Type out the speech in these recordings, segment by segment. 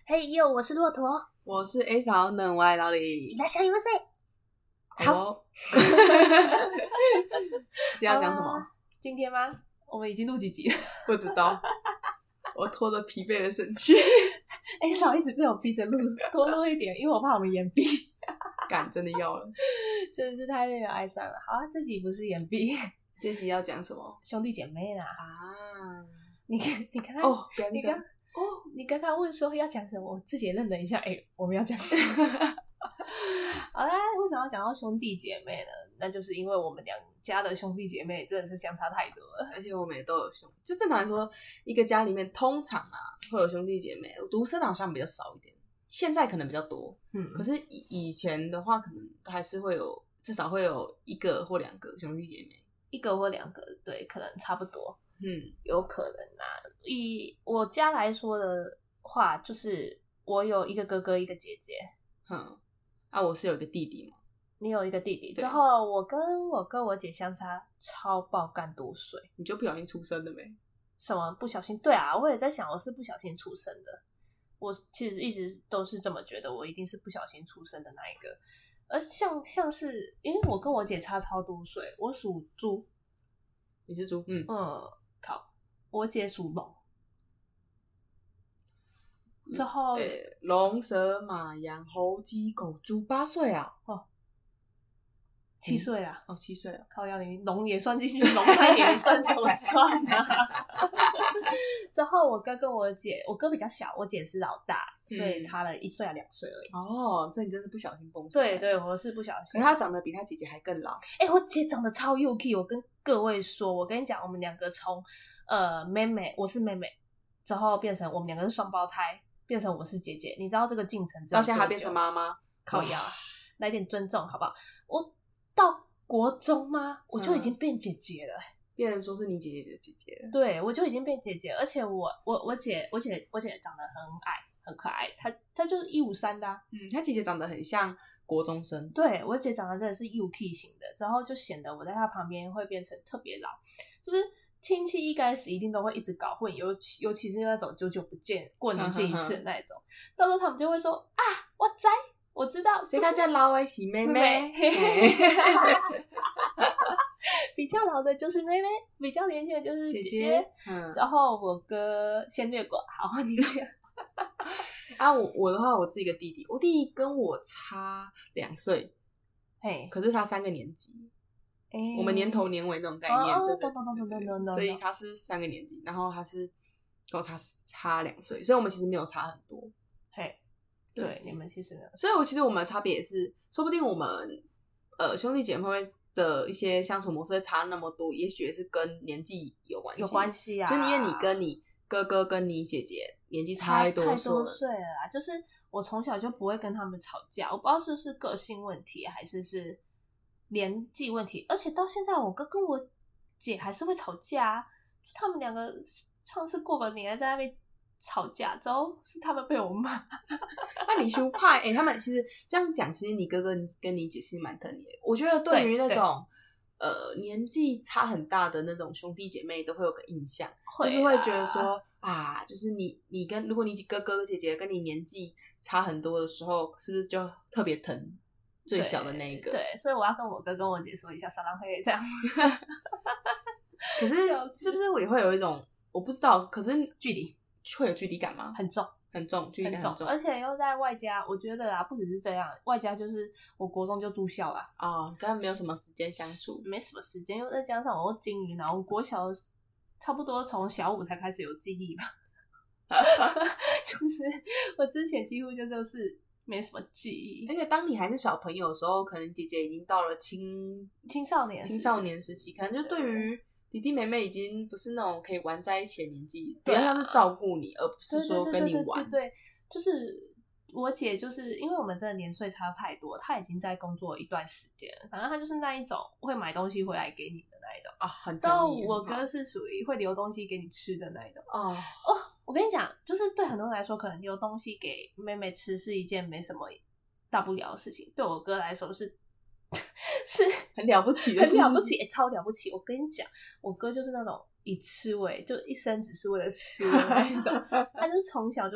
嘿呦，我是骆驼， 我是 A 嫂冷歪老李。 いらっしゃいませ。 好，今天要讲什么？ 今天吗？我们已经录几集了？ 不知道，我拖着疲惫的身躯。 A 嫂一直被我逼着录，多录一点，因为我怕我们延毕。 干，真的要了， 真的是太累了，爱上了。好啊，这集不是延毕， 这集要讲什么兄弟姐妹啦。 啊？ 你看看哦，不要讲哦，你刚刚问说要讲什么，我自己也愣了一下。我们要讲什么？好啦，为什么要讲到兄弟姐妹呢？那就是因为我们两家的兄弟姐妹真的是相差太多了， 而且我们也都有兄，就正常来说，一个家里面通常会有兄弟姐妹，独生好像比较少一点，现在可能比较多，可是以前的话，可能还是会有，至少会有一个或两个兄弟姐妹， 一个或两个，对，可能差不多，有可能啊。以我家来说的话，就是我有一个哥哥，一个姐姐， 我是有一个弟弟嘛。 你有一个弟弟，之后我跟我哥我姐相差超爆干多岁。 你就不小心出生的没？ 什么不小心？对啊，我也在想，我是不小心出生的。我其实一直都是这么觉得，我一定是不小心出生的那一个。而像是因为我跟我姐差超多岁，我属猪， 你是猪， 靠，我姐属龙。之后龙蛇马羊猴鸡狗猪8岁啊 ，7岁啦 ，7岁了， 靠腰你龙也算进去，龙快点算什么算啊？之后我哥跟我姐，我哥比较小，我姐是老大，所以差了1岁还2岁而已。 哦，所以你真是不小心蹦出来。 对，我是不小心。 可是她长得比她姐姐还更老。 我姐长得超幼气，我跟各位说，我跟你讲，我们两个从妹妹，我是妹妹，之后变成我们两个是双胞胎。变成我是姐姐，你知道这个进程到现在还变成妈妈， 靠腰，来点尊重好不好？我到国中吗？我就已经变姐姐了， 变成说是你姐姐的姐姐了。 对，我就已经变姐姐，而且我姐长得很矮很可爱，她就是153的她姐姐长得很像国中生， 对我姐长得真的是 UK 型的，然后就显得我在她旁边会变成特别老，就是亲戚一开始一定都会一直搞混，尤其是那种久久不见，过年见一次的那一种，到时候他们就会说啊，我知道， 谁家老的是妹妹， 比较老的就是妹妹，比较年轻的就是姐姐。然后我哥先略过，好，你讲。 我的话，我自己一个弟弟，我弟弟跟我差2岁，可是他3个年级。我们年头年尾那种概念，懂，所以他是3个年级，然后他是跟我差2岁，所以我们其实没有差很多。 对，你们其实没有， 所以其实我们的差别也是，说不定我们兄弟姐妹的一些相处模式会差那么多，也许也是跟年纪有关系， 啊， 就因为你跟你哥哥跟你姐姐年纪差太多岁了啦，就是我从小就不会跟他们吵架，我不知道是不是个性问题还是年纪问题，而且到现在我哥跟我姐还是会吵架啊，就他们两个上次过个年在那边吵架，之后是他们被我骂。 那你修派他们其实这样讲，其实你哥哥跟你姐其实蛮疼你的。我觉得对于那种年纪差很大的那种兄弟姐妹都会有个印象，就是会觉得说就是你跟如果你哥哥姐姐跟你年纪差很多的时候，是不是就特别疼最小的那一个？ 对，所以我要跟我哥跟我姐说一下，撒浪会这样。 可是是不是我也会有一种我不知道，可是距离会有距离感吗？ 很重， 距离感很重， 而且又在外加，我觉得不只是这样，外加就是我国中就住校啦， 跟他没有什么时间相处， 没什么时间，又再加上我又金鱼脑，我国小差不多从小5才开始有记忆吧，就是我之前几乎就是没什么记忆， 而且当你还是小朋友的时候，可能姐姐已经到了青少年时期，可能就对于弟弟妹妹已经不是那种可以玩在一起的年纪，比较像是照顾你，而不是说跟你玩。 对，就是我姐，就是因为我们真的年岁差太多，她已经在工作一段时间了，反正她就是那一种会买东西回来给你的那一种很然后我哥是属于会留东西给你吃的那一种我跟你讲，就是对很多人来说，可能留东西给妹妹吃是一件没什么大不了的事情，对我哥来说是很了不起的事情， 很了不起，超了不起。我跟你讲，我哥就是那种以吃为，就一生只是为了吃的那一种。他就是从小就是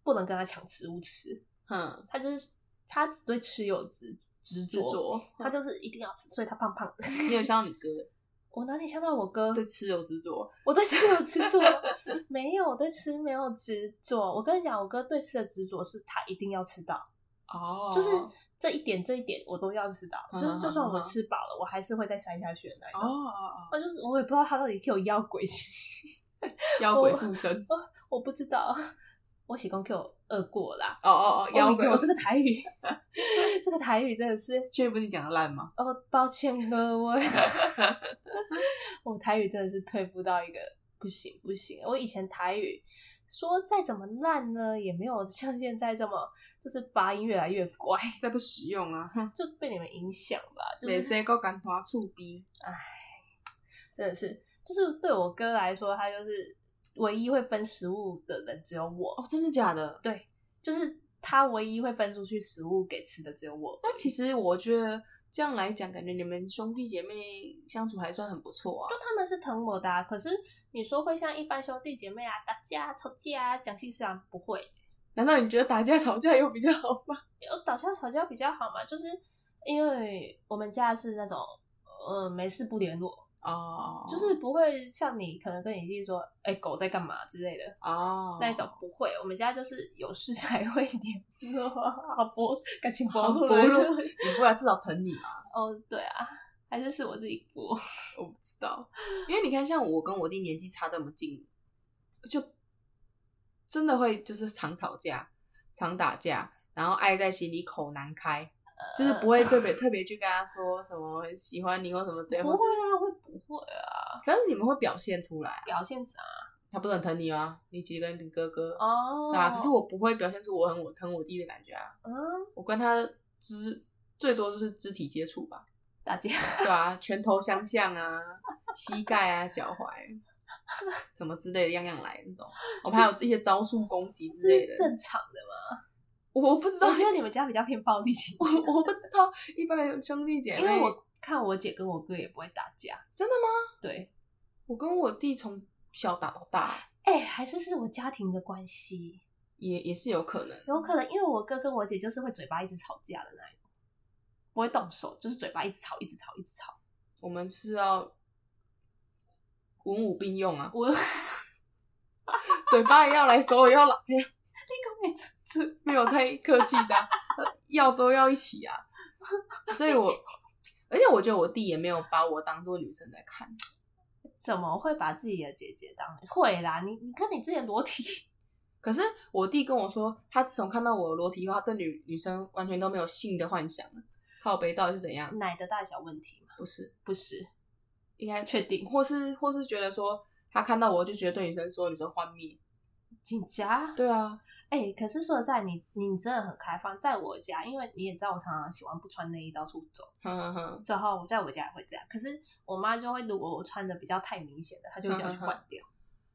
不能跟他抢食物吃。他只对吃有执着，他就是一定要吃，所以他胖胖的。 你有像你哥？ 我哪里像到我哥？ 对吃有执着？ 我对吃有执着？没有，我对吃没有执着。我跟你讲，我哥对吃的执着是他一定要吃到。就是这一点我都要吃到，就是就算我吃饱了，我还是会再塞下去的那种。就是我也不知道他到底给我妖鬼妖鬼附身， 我不知道。我喜欢给我饿过啦。 妖鬼！ 我这个台语，这个台语真的是， 确定不是你讲的烂吗？ 抱歉各位，我台语真的是退步到一个不行。我以前台语说再怎么烂呢，也没有像现在这么就是发音越来越乖， 再不实用啊， 就被你们影响吧。 没谁够敢拖触逼， 真的是，就是对我哥来说，他就是唯一会分食物的人只有我。 真的假的？ 对，就是他唯一会分出去食物给吃的只有我。 那其实我觉得这样来讲，感觉你们兄弟姐妹相处还算很不错啊。 就他们是疼我的可是你说会像一般兄弟姐妹打架吵架讲心事不会。 难道你觉得打架吵架有比较好吗？ 有打架吵架比较好吗？就是因为我们家是那种没事不联络。就是不会像你可能跟你弟说狗在干嘛之类的那一种不会。我们家就是有事才会联络感情薄弱。 你不然至少疼你嘛。 对啊，还是我自己薄。 我不知道，因为你看像我跟我弟年纪差这么近，就真的会就是常吵架常打架，然后爱在心里口难开，就是不会特别去跟他说什么喜欢你或什么之类。 不会啊，不会啊。 可是你们会表现出来。 表现啥？ 他不是很疼你吗？你姐跟你哥哥对啊。 可是我不会表现出我疼我弟的感觉啊。我跟他最多就是肢体接触吧， 打架。 对啊，拳头相向啊，膝盖啊，脚踝，什么之类的，样样来那种。我们还有这些招数攻击之类的。 这是正常的吗？ 我不知道， 我觉得你们家比较偏暴力倾向。 我不知道一般的兄弟姐妹， 因为我看我姐跟我哥也不会打架。 真的吗？ 对， 我跟我弟从小打到大。 还是我家庭的关系， 也是有可能， 因为我哥跟我姐就是会嘴巴一直吵架的那一种，不会动手，就是嘴巴一直吵。 我们是要文武并用啊，嘴巴也要来，手也要来。没有太客气的要都要一起啊。所以而且我觉得我弟也没有把我当作女生在看。 怎么会把自己的姐姐当？会啦，你看你之前裸体。 可是我弟跟我说，他自从看到我的裸体以后，他对女生完全都没有性的幻想了。靠北到底是怎样？ 奶的大小问题吗？不是， 应该确定， 或是觉得说他看到我就觉得对女生说女生幻灭。 紧张？ 对啊。 可是说实在，你真的很开放。在我家，因为你也知道我常常喜欢不穿内衣到处走，之后我在我家也会这样。可是我妈就会，如果我穿的比较太明显的，她就会叫我去换掉。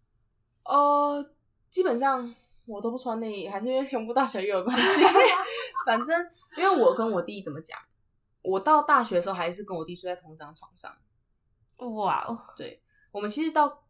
基本上我都不穿内衣，还是因为胸部大小也有关系。反正因为我跟我弟怎么讲，我到大学的时候还是跟我弟睡在同一张床上。 哇哦！ 对，我们其实到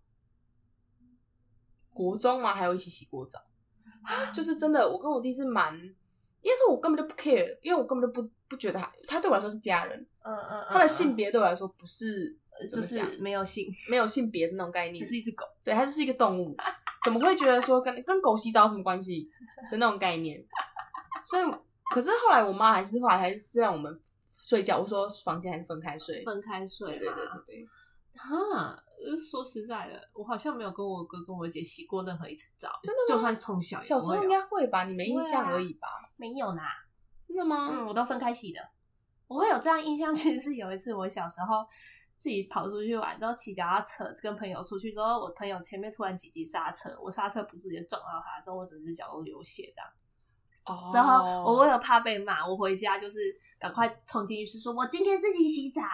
国中嘛，还有一起洗过澡。就是真的，我跟我弟是应该说我根本就不 care， 因为我根本就不觉得他对我来说是家人。他的性别对我来说不是就是没有性别的那种概念， 只是一只狗。 对，它就是一个动物，怎么会觉得说跟狗洗澡有什么关系的那种概念？所以，可是后来我妈还是让我们睡觉，我说房间还是分开睡。 分开睡嘛。 对。 说实在的，我好像没有跟我哥跟我姐洗过任何一次澡。 真的吗？ 就算从小时候应该会吧，你没印象而已吧？ 没有啦。 真的吗？ 我都分开洗的。我会有这样印象，其实是有一次我小时候自己跑出去玩，之后骑脚踏车跟朋友出去之后，我朋友前面突然紧急刹车，我刹车不直接撞到他，之后我整只脚都流血这样。之后我为了怕被骂，我回家就是赶快冲进浴室说：“我今天自己洗澡。”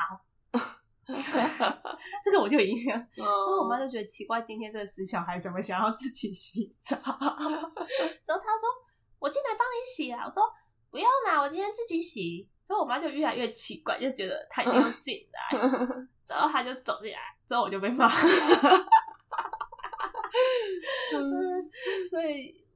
这个我就有印象。之后我妈就觉得奇怪，今天这个死小孩怎么想要自己洗澡？之后她说：“我进来帮你洗啦。”我说：“不用啦，我今天自己洗。”之后我妈就越来越奇怪，就觉得她没有进来。之后她就走进来，之后我就被骂。所以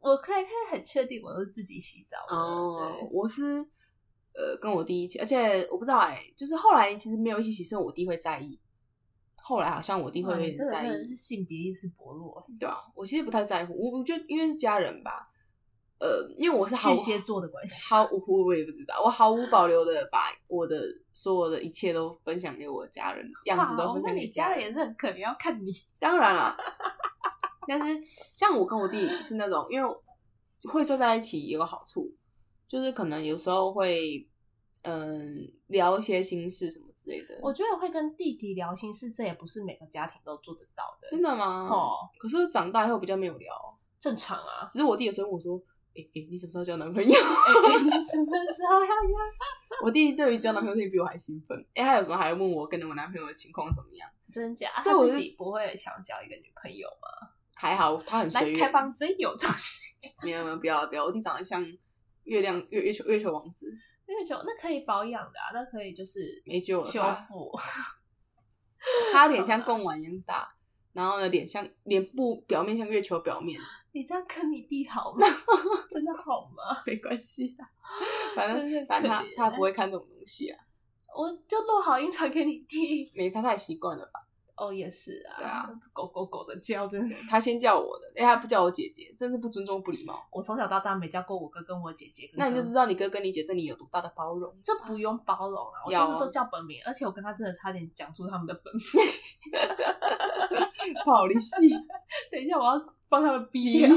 我可以很确定我都是自己洗澡的。 对，我是跟我弟一起，而且我不知道就是后来其实没有一起洗，是我弟会在意。后来好像我弟会在意。 这个真的是性别意识薄弱。对啊，我其实不太在乎，我觉得因为是家人吧。因为我是巨蟹座的关系， 我也不知道，我毫无保留的把我的所有的一切都分享给我的家人，样子都分享给家人。那你家人也是很可怜，要看你。 当然啦，但是像我跟我弟是那种，因为会睡在一起有个好处，就是可能有时候会聊一些心事什么之类的。 我觉得会跟弟弟聊心事，这也不是每个家庭都做得到的。 真的吗？可是长大以后比较没有聊。 正常啊， 只是我弟有时候问我说。你什么时候交男朋友？你什么时候要我弟对于交男朋友事情比我还兴奋。他有时候还问我跟我男朋友的情况怎么样。 真假？所以我自己不会想交一个女朋友吗？ 还好，他很随缘。 来开放真有这事？ 没有，不要！我弟长得像月球王子。 月球那可以保养的那可以就是没救了， 修复。 他脸像贡丸一样大。然后呢，脸部表面像月球表面。 你这样跟你弟好吗？真的好吗？ 没关系啊，反正他不会看这种东西啊。 我就录好音传给你弟。 没差，他也习惯了吧？ 也是啊。 对啊， 狗的叫真是。 他先叫我的，他不叫我姐姐，真是不尊重不礼貌。 我从小到大没叫过我哥跟我姐姐。 那你就知道你哥跟你姐对你有多大的包容。 这不用包容啊，我就是都叫本名，而且我跟他真的差点讲出他们的本名。 不好意思， 等一下我要帮他们逼掉。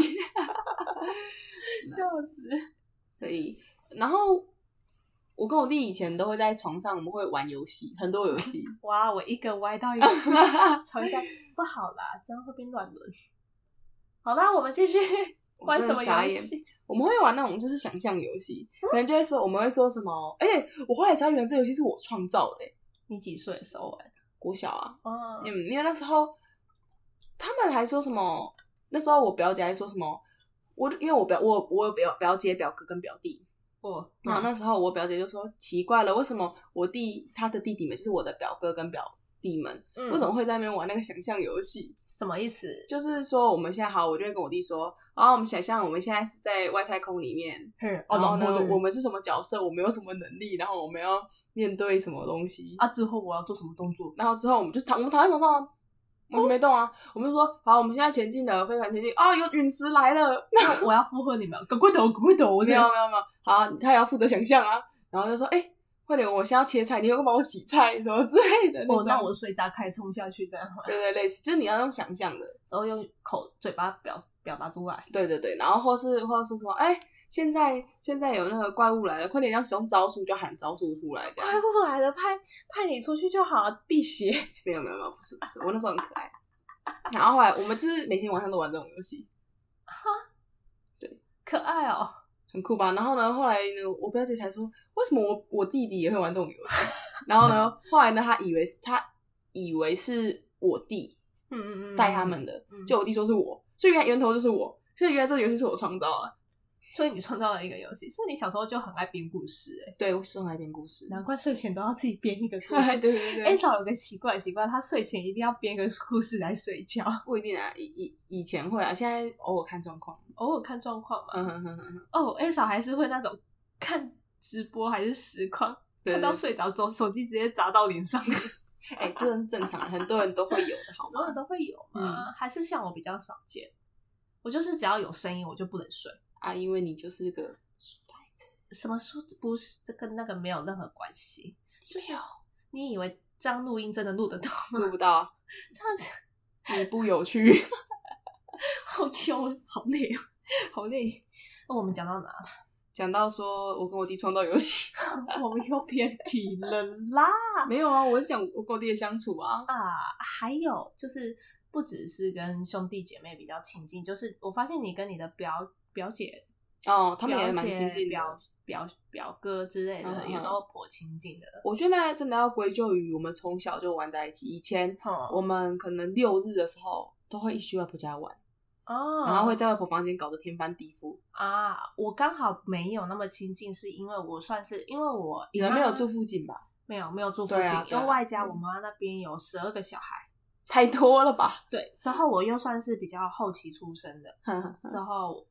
笑死。 所以，然后我跟我弟以前都会在床上，我们会玩游戏，很多游戏。 哇，我一个歪到一个不行，床上不好啦，这样会变乱伦。好啦，我们继续玩什么游戏？ 我们会玩那种就是想象游戏，可能就会说我们会说什么，而且我后来才原来这游戏是我创造的。 你几岁的时候玩？ 国小啊。因为那时候他们还说什么，那时候我表姐还说什么，因为我有表姐、表哥跟表弟。然后那时候我表姐就说奇怪了，为什么他的弟弟们就是我的表哥跟表弟们，为什么会在那边玩那个想象游戏？ 什么意思？ 就是说我们现在我就会跟我弟说，我们想象我们现在是在外太空里面，然后呢我们是什么角色，我们有什么能力，然后我们要面对什么东西之后我要做什么动作， 然后之后我们躺在床上我们没动啊，我们就说好，我们现在前进了，飞船前进有陨石来了， 那我要附和你们，赶快抖，我没有，好，他也要负责想象啊，然后就说快点，我现在要切菜，你有空帮我洗菜什么之类的那种。 那我水打开冲下去这样。 对，类似，就是你要用想象的， 然后用嘴巴表达出来。 对，然后或者说什么现在有那个怪物来了，快点要使用招数，就喊招数出来这样。 怪物来了，派你出去就好，辟邪。 没有，不是，我那时候很可爱。然后后来我们就是每天晚上都玩这种游戏。 哈， 对， 可爱哦， 很酷吧？然后呢，后来呢，我表姐才说，为什么我弟弟也会玩这种游戏？然后呢，后来呢，他以为是我弟带他们的，就我弟说是我，所以原来源头就是我，所以原来这个游戏是我创造的。 所以你创造了一个游戏，所以你小时候就很爱编故事对，我是很爱编故事， 难怪睡前都要自己编一个故事。 对。 少有个奇怪，他睡前一定要编一个故事来睡觉。 不一定啊，以前会啊，现在偶尔看状况。 偶尔看状况嘛。少还是会那种看直播还是实况，看到睡着之后手机直接砸到脸上。 这是正常，很多人都会有的，好吗？ 很多人都会有吗？还是像我比较少见？我就是只要有声音我就不能睡。 因为你就是个书呆子。 什么书？不是，这跟那个没有任何关系。就是你以为这样录音真的录得到吗？ 录不到。 这样子你不有趣。 好累啊，好累。我们讲到哪了？ 讲到说我跟我弟创造游戏。 我们又偏题了啦。 没有啊，我是讲我跟我弟的相处啊。 还有就是不只是跟兄弟姐妹比较亲近，就是我发现你跟你的表姐他们也蛮亲近的， 表哥之类的也都颇亲近的。 我觉得真的要归咎于我们从小就玩在一起。以前我们可能6日的时候都会一起去外婆家玩，然后会在外婆房间搞得天翻地覆。 我刚好没有那么亲近，是因为我你们没有住附近吧？ 没有住附近，因为外加我妈那边有12个小孩， 太多了吧？ 对，之后我又算是比较后期出生的，之后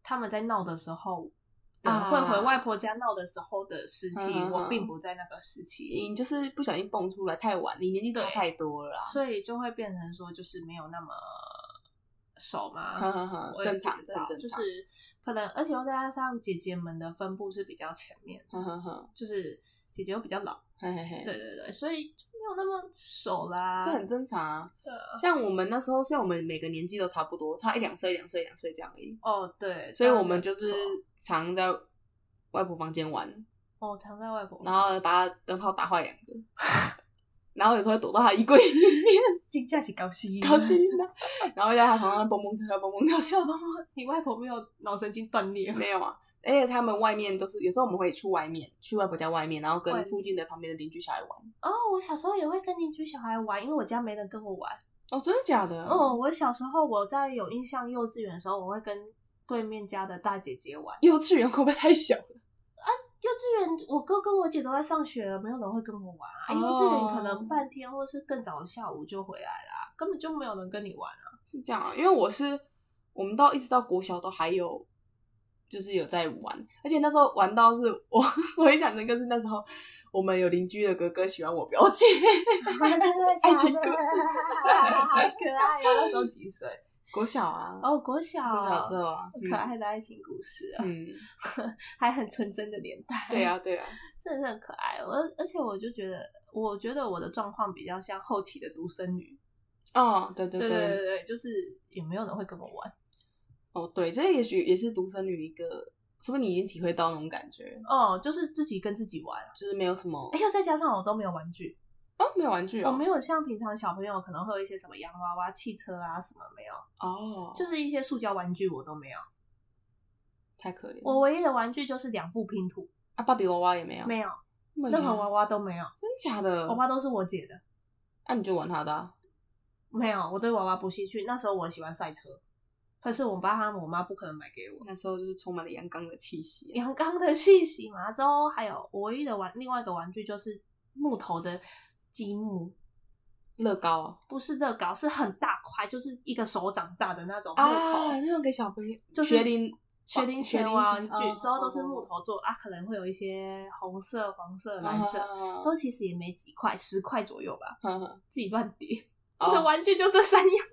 他们在闹的时候。会回外婆家闹的时候的时期，我并不在那个时期。 你就是不小心蹦出来太晚，你年纪差太多了啦， 所以就会变成说，就是没有那么熟嘛。 正常， 就是可能，而且又再加上姐姐们的分布是比较前面，就是姐姐又比较老，对，所以就没有那么熟啦。 这很正常啊。 对啊， 像我们那时候，像我们每个年纪都差不多，差1-2岁这样而已。 哦，对， 所以我们就是常在外婆房间玩。 哦，常在外婆， 然后把她灯泡打坏2个，然后有时候会躲到她衣柜里面， 真的是高兴的，然后在她床上蹦蹦跳跳，蹦蹦跳跳。 你外婆没有脑神经断裂？ 没有啊，而且他们外面都是，有时候我们会去外面，去外婆家外面，然后跟附近的旁边的邻居小孩玩。 哦，我小时候也会跟邻居小孩玩，因为我家没人跟我玩。 哦，真的假的？ 我小时候我在有印象幼稚园的时候，我会跟对面家的大姐姐玩。 幼稚园会不会太小了？ 幼稚园我哥跟我姐都在上学了，没有人会跟我玩啊。幼稚园可能半天或是更早的下午就回来啦，根本就没有人跟你玩啊。 是这样啊，因为我们一直到国小都还有，就是有在玩，而且那时候玩到是我印象深刻是那时候我们有邻居的哥哥喜欢我表姐， 真的爱情故事， 好可爱哦！那时候几岁？ 国小啊， 国小之后啊， 可爱的爱情故事啊，还很纯真的年代。 对啊， 真的是很可爱。而且我觉得我的状况比较像后期的独生女。 哦，对， 就是也没有人会跟我玩。 哦，对，这也许也是独生女一个，说不定你已经体会到那种感觉。 就是自己跟自己玩， 就是没有什么， 而且再加上我都没有玩具。 没有玩具哦， 我没有像平常小朋友可能会有一些什么洋娃娃、汽车啊什么没有。就是一些塑胶玩具我都没有， 太可怜。 我唯一的玩具就是2副拼图啊，芭比娃娃也没有， 没有，任何娃娃都没有。 真假的？ 娃娃都是我姐的。 你就玩她的啊？ 没有，我对娃娃不兴趣。那时候我喜欢赛车，可是我爸和我妈不可能买给我。 那时候就是充满了阳刚的气息， 阳刚的气息嘛。之后还有我唯一的另外一个玩具就是木头的积木。 乐高啊？ 不是乐高，是很大块，就是一个手掌大的那种木头。 那种给小朋友， 就是学龄前玩具，之后都是木头做可能会有一些红色、黄色、蓝色。之后其实也没几块，10块左右吧，自己乱叠。我的玩具就这3样。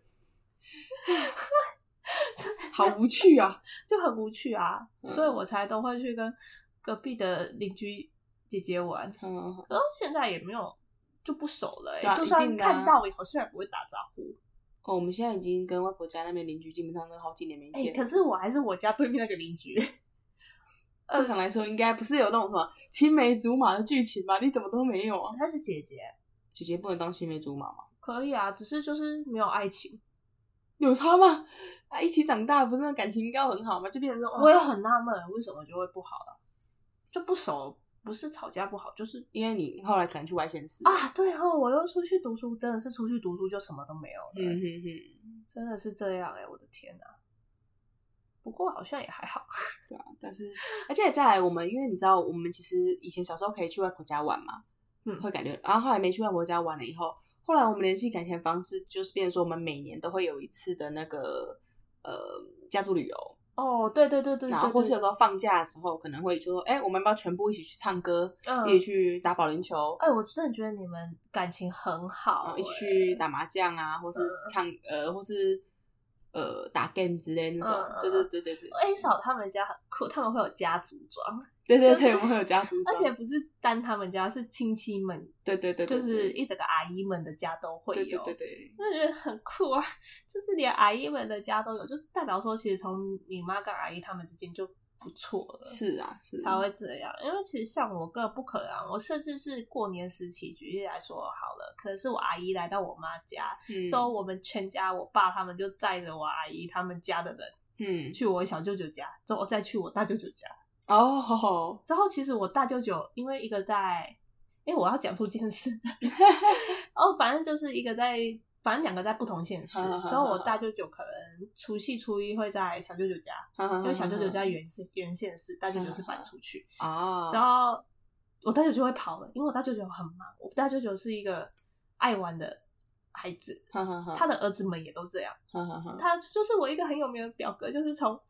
好无趣啊， 就很无趣啊，所以我才都会去跟隔壁的邻居姐姐玩。可是现在也没有，就不熟了就算看到好像也不会打招呼。 我们现在已经跟外婆家那边邻居基本上都好几年没见。 可是我还是我家对面那个邻居。 正常来说应该不是有那种什么青梅竹马的剧情吧？你怎么都没有啊？ 她是姐姐， 姐姐不能当青梅竹马吗？ 可以啊，只是就是没有爱情。 有差吗？一起长大不是感情应该很好吗？就变成说， 我也很纳闷为什么就会不好了，就不熟，不是吵架不好，就是因为你后来可能去外县市啊。对我又出去读书，真的是出去读书就什么都没有了。真的是这样我的天哪！不过好像也还好。 对啊，但是而且再来因为你知道我们其实以前小时候可以去外婆家玩嘛，会感觉，然后后来没去外婆家玩了以后，后来我们联系感情的方式就是变成说我们每年都会有一次的那个家族旅游。 对， 然后或是有时候放假的时候可能会就说我们要不要全部一起去唱歌，一起去打保龄球。 我真的觉得你们感情很好， 一起去打麻将啊，或是唱或是打 game 之类那种。对。 A 嫂他们家很酷，他们会有家族装。 对，我们会有家族装， 而且不是单他们家，是亲戚们。 对， 就是一整个阿姨们的家都会有。 对， 我觉得很酷啊！就是连阿姨们的家都有，就代表说，其实从你妈跟阿姨他们之间就不错了。 是啊， 才会这样。因为其实像我个不可能，我甚至是过年时期，举例来说好了，可能是我阿姨来到我妈家，之后我们全家，我爸他们就载着我阿姨他们家的人，去我小舅舅家，之后再去我大舅舅家。之后其实我大舅舅因为一个在，我要讲出件事。反正就是一个在，反正2个在不同县市。之后我大舅舅可能除夕初一会在小舅舅家，因为小舅舅在原县市，大舅舅是搬出去。之后我大舅舅会跑了，因为我大舅舅很忙。我大舅舅是一个爱玩的孩子，他的儿子们也都这样。他就是我一个很有名的表哥，就是从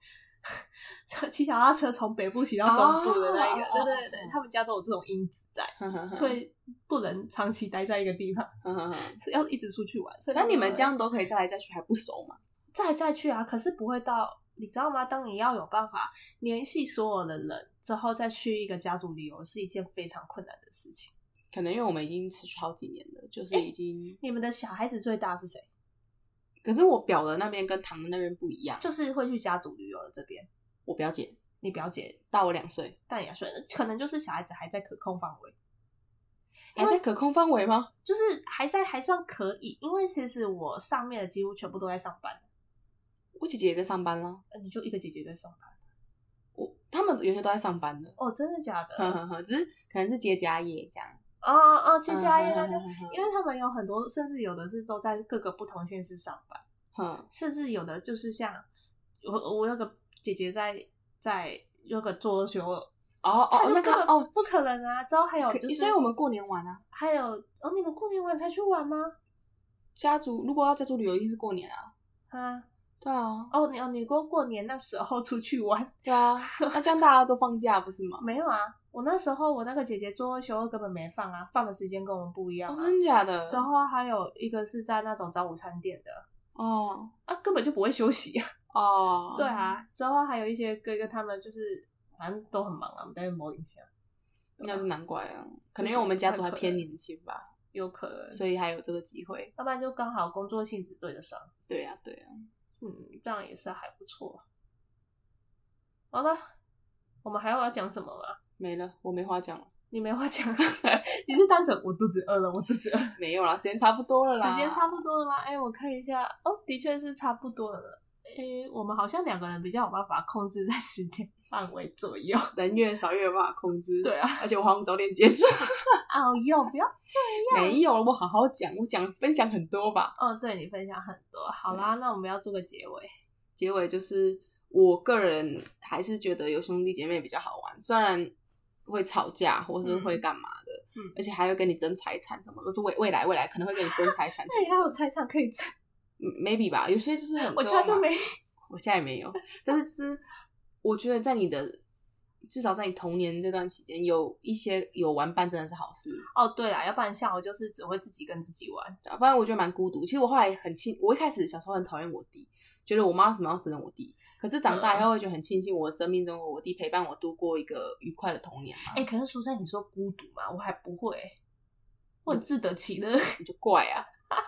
骑脚踏车从北部骑到中部的那一个， 哦对对对，他们家都有这种因子在，所以不能长期待在一个地方，是要一直出去玩。所以那你们这样都可以再来再去，还不熟吗？ 再去啊，可是不会到，你知道吗？当你要有办法联系所有的人之后，再去一个家族旅游，是一件非常困难的事情。 可能因为我们已经持续好几年了，就是已经。 你们的小孩子最大是谁？ 可是我表的那边跟堂的那边不一样， 就是会去家族旅游的这边。 我表姐， 你表姐大我2岁， 大你2岁，可能就是小孩子还在可控范围。 还在可控范围吗？ 就是还算可以，因为其实我上面的几乎全部都在上班。 我姐姐也在上班啦。 你就一个姐姐在上班？ 他们有些都在上班的。 哦，真的假的？ 只是可能是接家业这样。 接家业那就，因为他们有很多，甚至有的是都在各个不同县市上班，甚至有的就是像我有个姐姐在有个做修。那个不可能啊！之后还有就是， 所以我们过年玩啊。 还有你们过年玩才去玩吗？ 如果要家族旅游，一定是过年啊。对啊。 你过年那时候出去玩？ 对啊。那这样大家都放假不是吗？ 没有啊，我那时候我那个姐姐做休2根本没放啊，放的时间跟我们不一样。 真的假的？ 之后还有一个是在那种早午餐店的。根本就不会休息啊。对啊，之后还有一些哥哥他们就是反正都很忙啊，但是没影响。 那是难怪啊，可能因为我们家族还偏年轻吧， 有可能， 所以还有这个机会。 要不然就刚好工作性质对得上。 对啊。 这样也是还不错。好了，我们还要讲什么吗？ 没了，我没话讲了。 你没话讲？你是单纯我肚子饿了，我肚子饿。 没有啦，时间差不多了啦。 时间差不多了吗？我看一下，的确是差不多了。我们好像2个人比较有办法控制在时间范围左右， 人越少越有办法控制。 对啊， 而且我好像早点结束。 不要这样。 没有，我好好讲，分享很多吧。 对，你分享很多。好啦，那我们要做个结尾。 结尾就是我个人还是觉得有兄弟姐妹比较好玩，虽然会吵架或是会干嘛的，而且还会跟你争财产什么，都是未来可能会跟你争财产。 那也还有财产可以争 ？maybe 吧，有些就是很多。 我家就没， 我家也没有。但是就是我觉得在至少在你童年这段期间，有一些有玩伴真的是好事。 对啦，要不然像我就是只会自己跟自己玩， 不然我觉得蛮孤独。其实我后来我一开始小时候很讨厌我弟，觉得我妈为什么要生我弟？可是长大以后会觉得很庆幸，我的生命中我弟陪伴我度过一个愉快的童年嘛。 可是苏珊，你说孤独嘛，我还不会，我很自得其乐。 你就怪啊。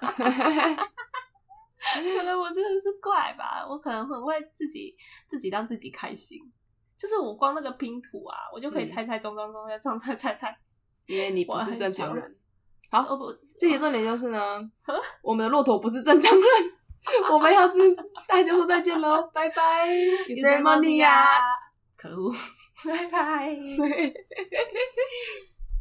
可能我真的是怪吧，我可能很会自己让自己开心。就是我光那个拼图啊，我就可以猜装，猜。因为你不是正常人。好，这节重点就是呢，我们的骆驼不是正常人。我们要大家就说再见咯，拜拜。 有点money呀，可恶，拜拜。